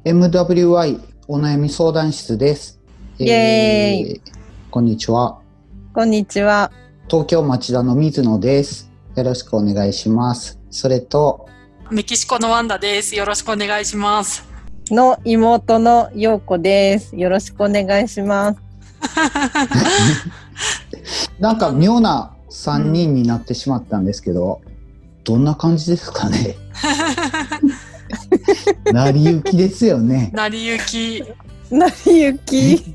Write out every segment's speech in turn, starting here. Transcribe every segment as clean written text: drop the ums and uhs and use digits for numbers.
MWI お悩み相談室です。 イエーイ。 こんにちは。 こんにちは。 東京町田の水野です。よろしくお願いします。それとメキシコのワンダです。よろしくお願いします。 の妹の陽子です。よろしくお願いします。 なんか妙な3人になってしまったんですけど、どんな感じですかね。成り行きですよね。 成り行き。 成り行き。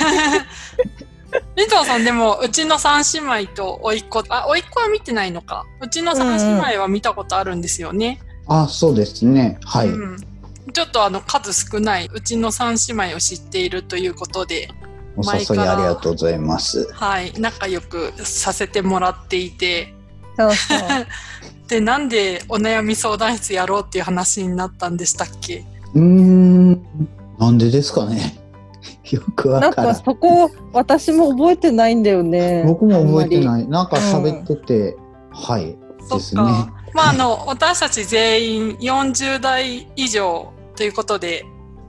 水野さんでもうちの3姉妹と甥っ子、甥っ子は見てないのか。うちの3姉妹は見たことあるんですよね。 そうですね。はい。 ちょっと数少ないうちの3姉妹を知っているということで、 お誘いありがとうございます。 はい、仲良くさせてもらっていて。 そうそう。 で、なんでお悩み相談室やろうっていう話になったんでしたっけ？ なんでですかね。よくわからん。 なんかそこ私も覚えてないんだよね。 僕も覚えてない。なんか喋ってて、はい。ですね。 私たち全員40代以上ということで、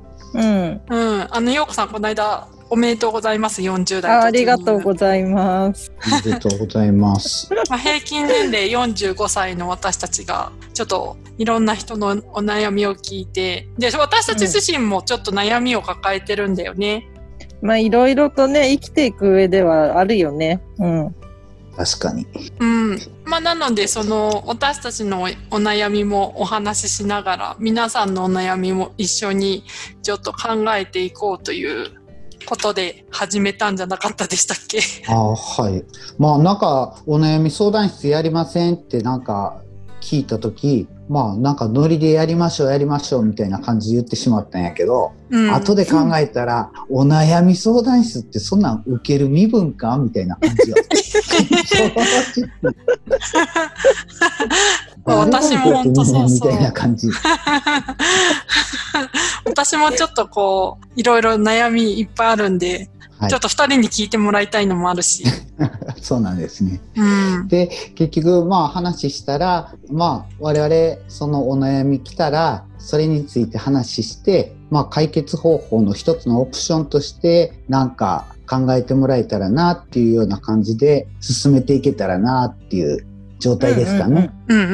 陽子さんこの間おめでとうございます。40代。 ありがとうございます。 ありがとうございます。 平均年齢45歳の私たちがちょっといろんな人のお悩みを聞いて、で私たち自身もちょっと悩みを抱えてるんだよね。 いろいろとね生きていく上ではあるよね。 確かに。 なので私たちのお悩みもお話ししながら、皆さんのお悩みも一緒にちょっと考えていこうということで始めたんじゃなかったでしたっけ？ はい。なんかお悩み相談室やりませんってなんか聞いたとき、なんかノリでやりましょうみたいな感じで言ってしまったんやけど、後で考えたら、お悩み相談室ってそんなん受ける身分かみたいな感じが。 私も本当そうみたいな感じ。 私もちょっといろいろ悩みいっぱいあるんで、ちょっと2人に聞いてもらいたいのもあるし。 そうなんですね。で、結局話したら、我々そのお悩み来たらそれについて話して、解決方法の一つのオプションとしてなんか考えてもらえたらなっていうような感じで進めていけたらなっていう状態ですかね。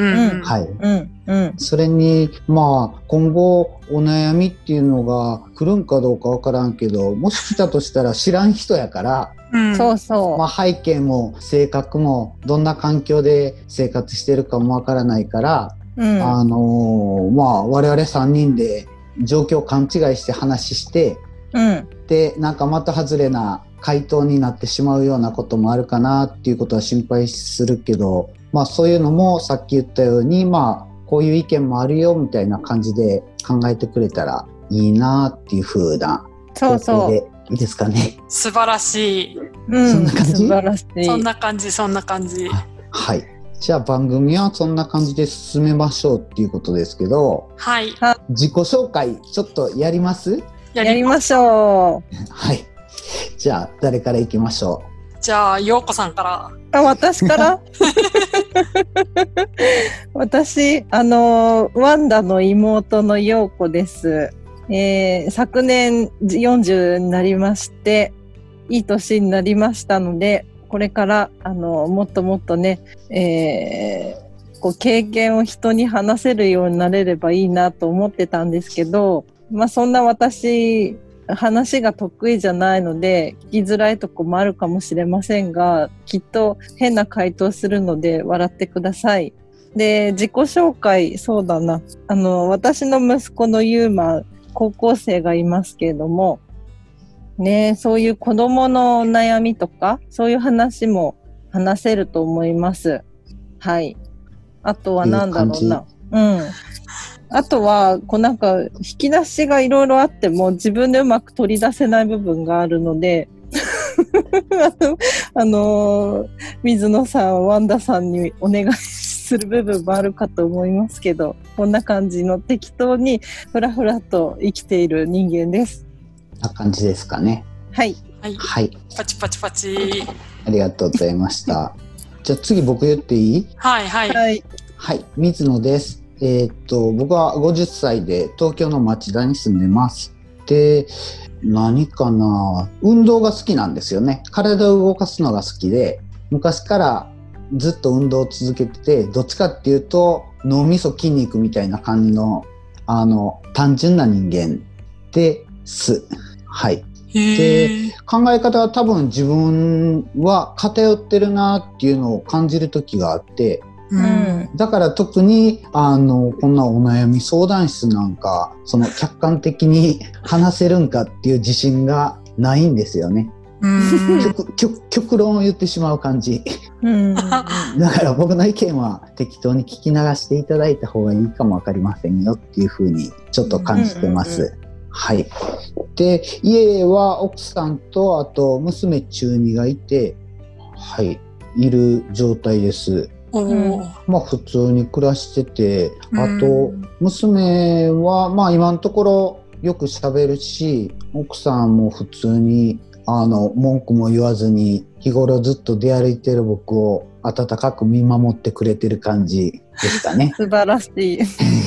それに今後お悩みっていうのが来るんかどうかわからんけど、もし来たとしたら知らん人やから、 そうそう。 背景も性格もどんな環境で生活してるかもわからないから、我々3人で状況を勘違いして話して、でなんか的外れな回答になってしまうようなこともあるかなっていうことは心配するけど、そういうのもさっき言ったようにこういう意見もあるよみたいな感じで考えてくれたらいいなっていう風な方向でいいですかね。 素晴らしい。 そんな感じ？ 素晴らしい。 そんな感じ。 はい。じゃあ番組はそんな感じで進めましょうっていうことですけど、 はい。 自己紹介ちょっとやります？ やりましょう。 はい。じゃあ誰からいきましょう？ じゃあ陽子さんから。 私から私ワンダの妹の陽子です。昨年40になりまして、いい年になりましたので、これからもっともっとね、経験を人に話せるようになれればいいなと思ってたんですけど、そんな私話が得意じゃないので聞きづらいとこもあるかもしれませんが、きっと変な回答するので笑ってください。で、自己紹介、そうだな。私の息子のユーマ、高校生がいますけれども、ね、そういう子供の悩みとか、そういう話も話せると思います。はい。あとはなんだろうな。あとは、なんか、引き出しがいろいろあっても自分でうまく取り出せない部分があるので、水野さん、ワンダさんにお願いする部分もあるかと思いますけど、こんな感じの適当にふらふらと生きている人間です。 な感じですかね。 はい。 はい。 パチパチパチ。 ありがとうございました。じゃあ次僕言っていい？ はい。 はい、水野です。 僕は50歳で東京の町田に住んでます。で、何かな、運動が好きなんですよね。体を動かすのが好きで、昔からずっと運動を続けてて、どっちかっていうと脳みそ筋肉みたいな感じの単純な人間です。はい。で、考え方は多分自分は偏ってるなっていうのを感じる時があって、だから特にこんなお悩み相談室なんか客観的に話せるんかっていう自信がないんですよね。極論を言ってしまう感じ。だから僕の意見は適当に聞き流していただいた方がいいかもわかりませんよっていうふうにちょっと感じてます。はい。で、家は奥さんとあと娘中2がいて、はい、いる状態です。まあ普通に暮らしてて、あと娘はまあ今のところよく喋るし、奥さんも普通に文句も言わずに日頃ずっと出歩いてる僕を温かく見守ってくれてる感じでしたね。 素晴らしい。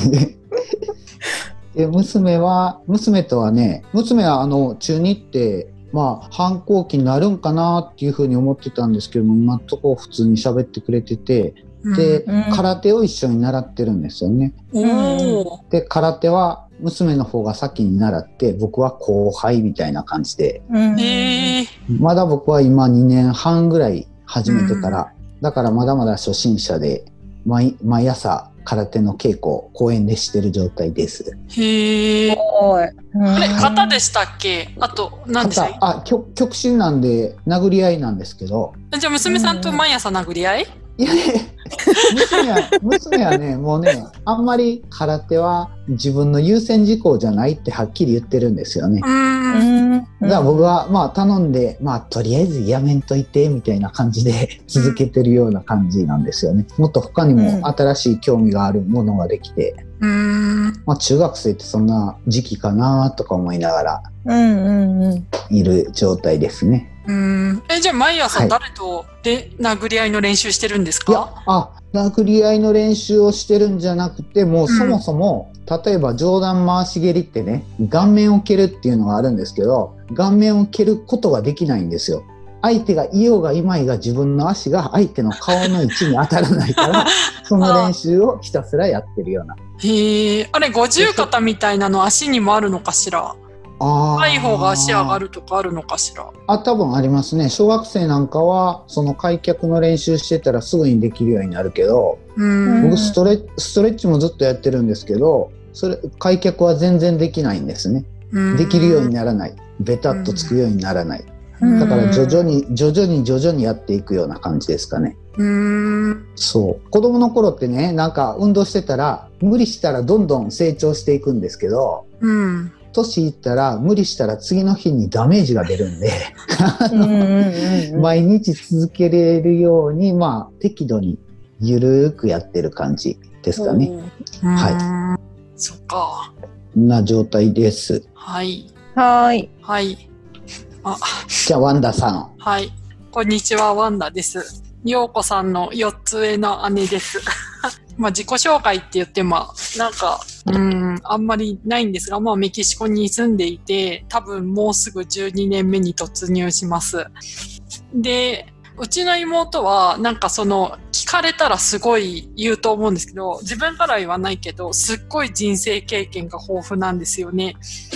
で、娘とはね、娘は中2ってまあ反抗期になるんかなっていうふうに思ってたんですけども、今のところ普通に喋ってくれてて、で、空手を一緒に習ってるんですよね。で、空手は娘の方が先に習って、僕は後輩みたいな感じで、まだ僕は今2年半ぐらい始めてから、だからまだまだ初心者で、毎朝空手の稽古を公園でしてる状態です。 へー。あれ、型でしたっけ？あと、何でしたっけ？ 極真なんで殴り合いなんですけど。 じゃあ娘さんと毎朝殴り合い？ いやいや、娘はね、もうね、あんまり空手は自分の優先事項じゃないってはっきり言ってるんですよね。だから僕はまあ頼んで、まあとりあえずやめんといてみたいな感じで続けてるような感じなんですよね。もっと他にも新しい興味があるものができて、まあ中学生ってそんな時期かなとか思いながらいる状態ですね。 じゃあ毎朝誰と殴り合いの練習してるんですか？ いや、殴り合いの練習をしてるんじゃなくて、もうそもそも、例えば上段回し蹴りってね、顔面を蹴るっていうのがあるんですけど、顔面を蹴ることができないんですよ。相手がいようがいまいが自分の足が相手の顔の位置に当たらないからその練習をひたすらやってるような。 へえ、あれ五十肩みたいなの足にもあるのかしら？高い方が足上がるとかあるのかしら？ 多分ありますね。小学生なんかはその開脚の練習してたらすぐにできるようになるけど、僕ストレッチもずっとやってるんですけど、開脚は全然できないんですね。できるようにならない、ベタッとつくようにならない。だから徐々にやっていくような感じですかね。そう。子供の頃ってね、なんか運動してたら無理したらどんどん成長していくんですけど、年いったら無理したら次の日にダメージが出るんで毎日続けれるように、まあ適度にゆるーくやってる感じですかね。はい。 そっか。 な状態です。 はい。 はい。 はい。 じゃあワンダさん。 はい。こんにちは、ワンダです。ようこさんの4つ上の姉です。まあ自己紹介って言っても、なんか、あんまりないんですが、まあメキシコに住んでいて、多分もうすぐ12年目に突入します。で、うちの妹は、なんか聞かれたらすごい言うと思うんですけど、自分からは言わないけど、すっごい人生経験が豊富なんですよね。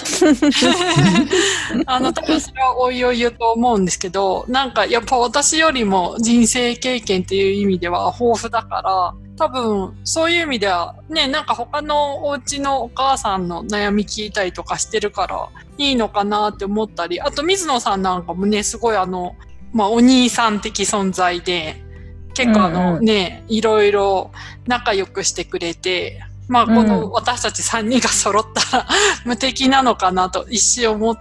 多分それはおいおい言うと思うんですけど、なんかやっぱ私よりも人生経験っていう意味では豊富だから、多分そういう意味ではね、なんか他のお家のお母さんの悩み聞いたりとかしてるからいいのかなって思ったり、あと水野さんなんかもね、すごいまあお兄さん的存在で、結構いろいろ仲良くしてくれて、まあこの私たち3人が揃ったら無敵なのかなと一瞬思って、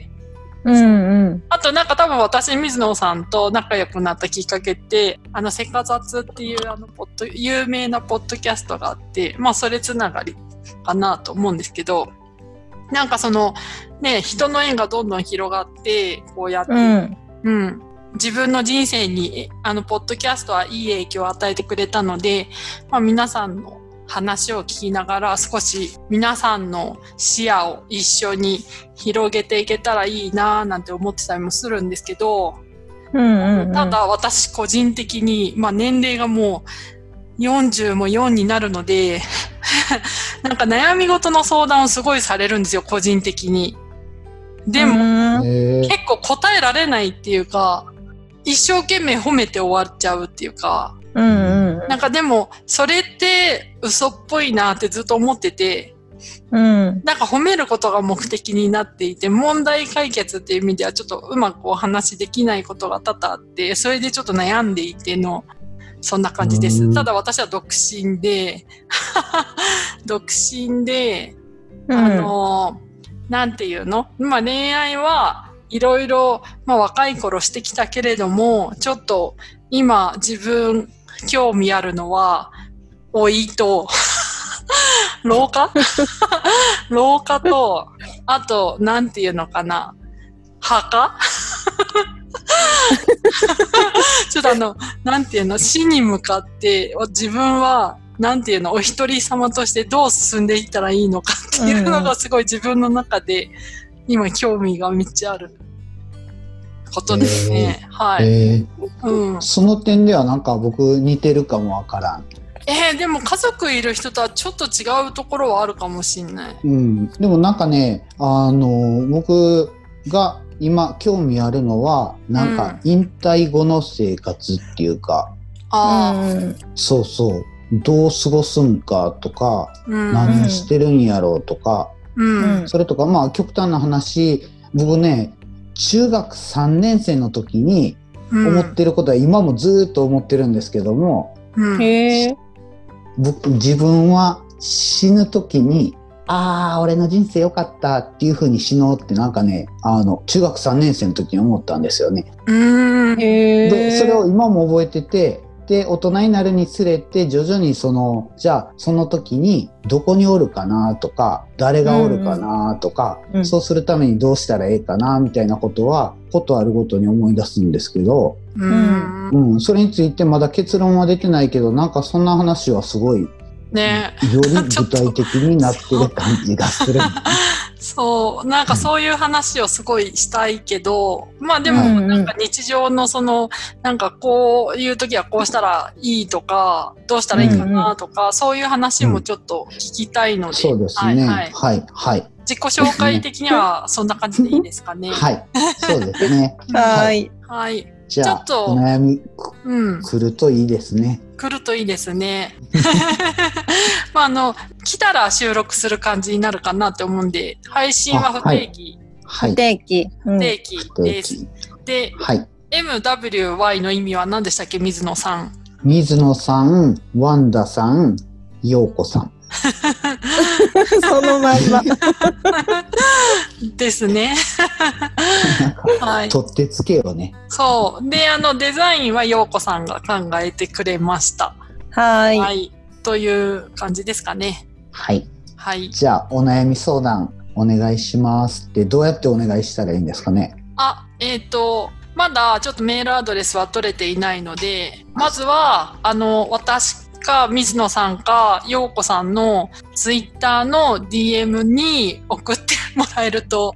あとなんか多分私水野さんと仲良くなったきっかけってセカザツっていう有名なポッドキャストがあって、まあそれつながりかなと思うんですけど、なんか人の縁がどんどん広がってこうやって、自分の人生にポッドキャストはいい影響を与えてくれたので、まあ皆さんの話を聞きながら少し皆さんの視野を一緒に広げていけたらいいななんて思ってたりもするんですけど、ただ私個人的に、年齢がもう40も4になるのでなんか悩み事の相談をすごいされるんですよ、個人的に。でも結構答えられないっていうか、一生懸命褒めて終わっちゃうっていうか、なんかでもそれって嘘っぽいなってずっと思ってて、なんか褒めることが目的になっていて、問題解決っていう意味ではちょっとうまくお話できないことが多々あって、それでちょっと悩んでいてのそんな感じです。ただ私は独身でなんていうの、恋愛はいろいろ若い頃してきたけれども、ちょっと今自分興味あるのは老いと老化と、あとなんていうのかな、墓ちょっとなんていうの、死に向かって自分はなんていうの、お一人様としてどう進んでいったらいいのかっていうのがすごい自分の中で今興味がめっちゃあることですね。はい。 その点ではなんか僕似てるかもわからん。 でも家族いる人とはちょっと違うところはあるかもしれない。 でもなんかね、僕が今興味あるのはなんか引退後の生活っていうか、そうそう、どう過ごすんかとか、何してるんやろうとか、それとか極端な話、僕ね中学3年生の時に思ってることは今もずっと思ってるんですけども、自分は死ぬ時に俺の人生良かったっていう風に死のうってなんかね、中学3年生の時に思ったんですよね。でそれを今も覚えてて、で大人になるにつれて徐々にじゃあその時にどこにおるかなとか、誰がおるかなとか、そうするためにどうしたらええかなみたいなことはことあるごとに思い出すんですけど、それについてまだ結論は出てないけど、なんかそんな話はすごいね、より具体的になってる感じがする。 そう、なんかそういう話をすごいしたいけど、でもなんか日常のなんかこういう時はこうしたらいいとか、どうしたらいいかなとか、そういう話もちょっと聞きたいので。 そうですね。はい。 自己紹介的にはそんな感じでいいですかね。 はい。そうですね。 はい。 じゃあ、お悩み来るといいですね。 来るといいですね。来たら収録する感じになるかなって思うんで、配信は不定期。 不定期。 不定期です。で、MWY の意味は何でしたっけ、水野さん。 水野さん、ワンダさん、陽子さん。 そのまんま。 ですね。 はい。取ってつけよね。 そう。で、デザインは陽子さんが考えてくれました。 はい。 という感じですかね。 はい。じゃあ、お悩み相談お願いしますって、どうやってお願いしたらいいんですかね。 まだちょっとメールアドレスは取れていないので、まずは、私か水野さんか陽子さんのツイッターの DM に送ってもらえると、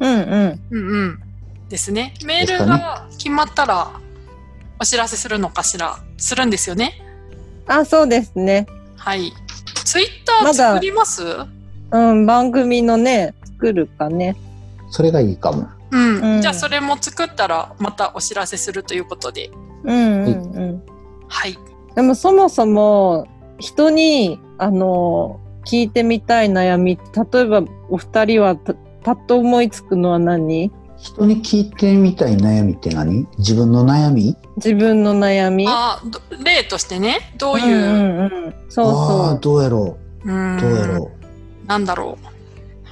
ですね。メールが決まったらお知らせするのかしら、するんですよね。 そうですね。 はい。ツイッター作ります？ 番組のね、作るかね。 それがいいかも。 じゃあそれも作ったらまたお知らせするということで。はい。 でもそもそも人に聞いてみたい悩み、例えばお二人はパッと思いつくのは何？ 人に聞いてみたい悩みって何？自分の悩み？ 自分の悩み？ 例としてね、どういう。 そう。 どうやろう。 なんだろう。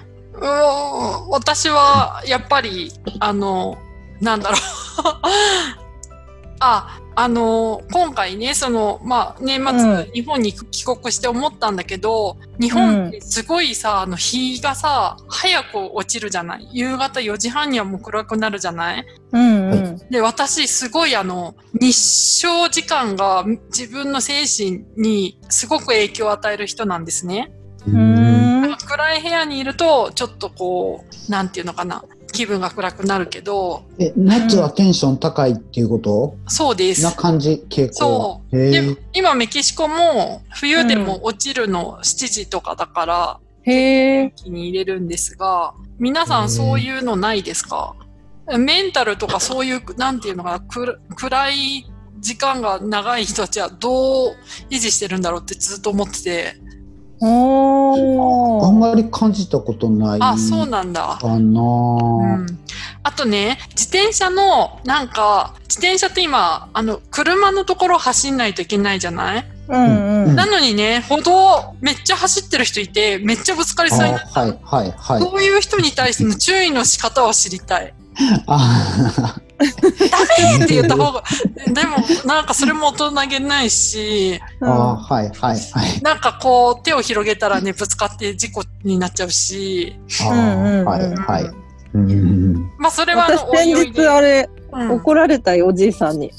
私はやっぱりなんだろう今回ね、年末、日本に帰国して思ったんだけど、日本ってすごいさ、日がさ、早く落ちるじゃない？夕方4時半にはもう暗くなるじゃない？で、私、すごい日照時間が自分の精神にすごく影響を与える人なんですね。暗い部屋にいると、ちょっとこう、なんていうのかな。気分が暗くなるけど。 夏はテンション高いっていうこと？ そうです。 な感じ、傾向。 そう。で、今メキシコも冬でも落ちるの7時とかだから、気に入れるんですが、皆さんそういうのないですか？メンタルとかそういう、なんていうのかな、暗い時間が長い人たちはどう維持してるんだろうってずっと思ってて。 あんまり感じたことない。 あ、そうなんだ。 かな。 あとね、自転車って今、車のところ走んないといけないじゃない？なのにね、歩道めっちゃ走ってる人いて、めっちゃぶつかりそうになった。そういう人に対しての注意の仕方を知りたい。ダメって言った方が、でもなんかそれも大人げないし、なんかこう手を広げたらね、ぶつかって事故になっちゃうし、まあそれは私先日あれ、怒られたよ、おじいさんに。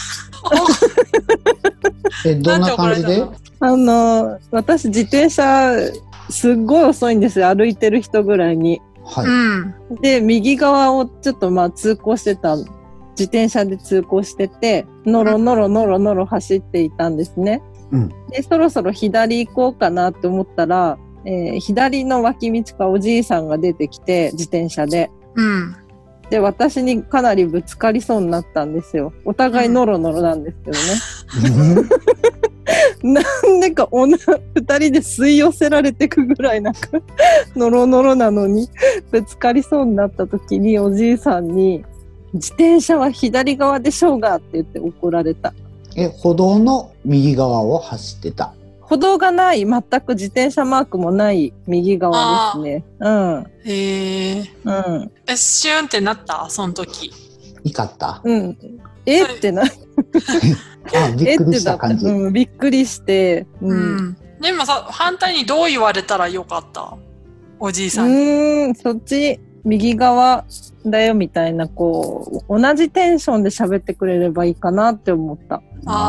どんな感じで？ 私自転車すっごい遅いんですよ、歩いてる人ぐらいに。で、右側をちょっと通行してた、自転車で通行してて、のろのろ走っていたんですね。で、そろそろ左行こうかなって思ったら、左の脇道からおじいさんが出てきて、自転車で。で、私にかなりぶつかりそうになったんですよ。お互いノロノロなんですけどね。なんでか二人で吸い寄せられてくぐらいなんかノロノロなのにぶつかりそうになった時におじいさんに自転車は左側でしょうがって言って怒られた。 歩道の右側を走ってた？ 歩道がない、全く自転車マークもない右側ですね。 へー。シュンってなった？その時。 怒った？ ってな。 びっくりした感じ。 びっくりして。 でもさ、反対にどう言われたらよかった？おじいさんに。 そっち、右側だよみたいな、こう、同じテンションで喋ってくれればいいかなって思った。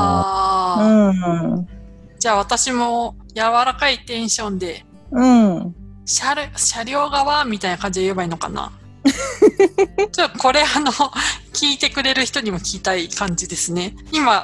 じゃあ私も柔らかいテンションで、車両側みたいな感じで言えばいいのかな。ちょっとこれ聞いてくれる人にも聞きたい感じですね。今、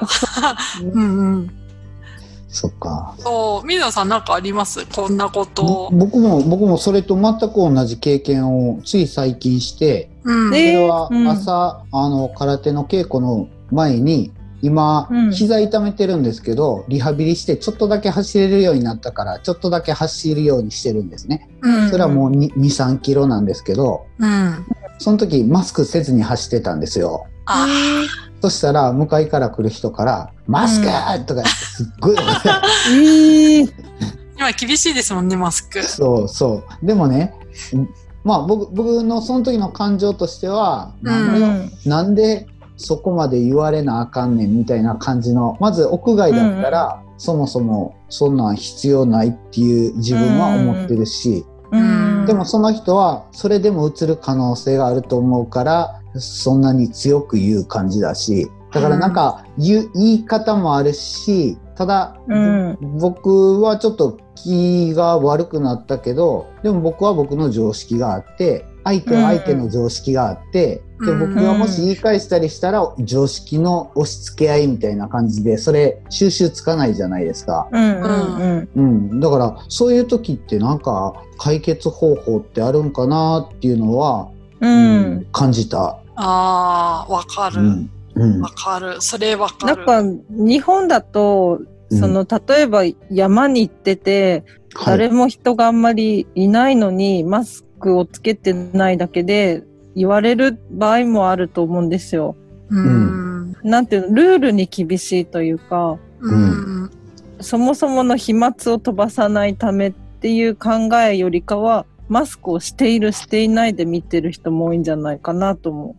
そっか。 そう、水野さんなんかあります？こんなことを。 僕もそれと全く同じ経験をつい最近して、それは朝、空手の稽古の前に、今、膝痛めてるんですけど、リハビリしてちょっとだけ走れるようになったから、ちょっとだけ走るようにしてるんですね。それはもう2、3キロなんですけど、その時マスクせずに走ってたんですよ。そしたら向かいから来る人からマスクとかすっごい今厳しいですもんね、マスク。 そうでもね、僕のその時の感情としては、なんでそこまで言われなあかんねんみたいな感じの、まず屋外だったら、そもそもそんなん必要ないっていう自分は思ってるし、でもその人はそれでも映る可能性があると思うからそんなに強く言う感じだし、だからなんか言い方もあるし、ただ、僕はちょっと気が悪くなったけど、でも僕は僕の常識があって、相手は相手の常識があって、で僕がもし言い返したりしたら常識の押し付け合いみたいな感じで、それ収集つかないじゃないですか。だからそういう時ってなんか解決方法ってあるんかなっていうのは、感じた。 わかる。わかる。それわかる。 なんか日本だと例えば山に行ってて、誰も人があんまりいないのにマスクをつけてないだけで言われる場合もあると思うんですよ。なんていうの、ルールに厳しいというか、そもそもの飛沫を飛ばさないためっていう考えよりかは、マスクをしているしていないで見てる人も多いんじゃないかなと思う。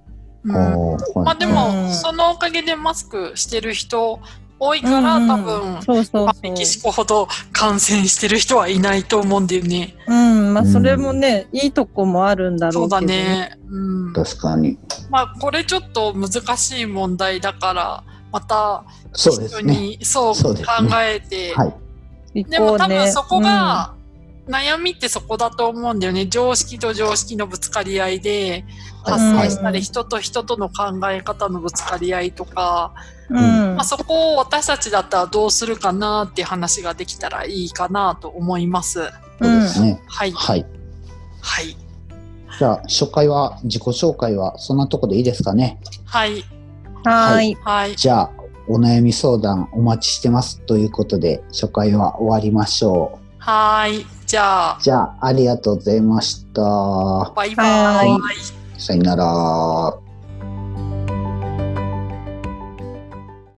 まあでも、そのおかげでマスクしてる人多いから、多分、メキシコほど感染してる人はいないと思うんだよね。 まあそれもね、いいとこもあるんだろうけど、ね。そうだね。 確かに。 まあこれちょっと難しい問題だから、また一緒にそう考えて。でも多分そこが、悩みってそこだと思うんだよね。常識と常識のぶつかり合いで発生したり、人と人との考え方のぶつかり合いとか、まあ、そこを私たちだったらどうするかなっていう話ができたらいいかなと思います。 そうですね。 はい。 はい。じゃあ初回は自己紹介はそんなとこでいいですかね。 はい。 はい。 じゃあお悩み相談お待ちしてますということで初回は終わりましょう。 はい。じゃあありがとうございました。 バイバイ。 さよなら。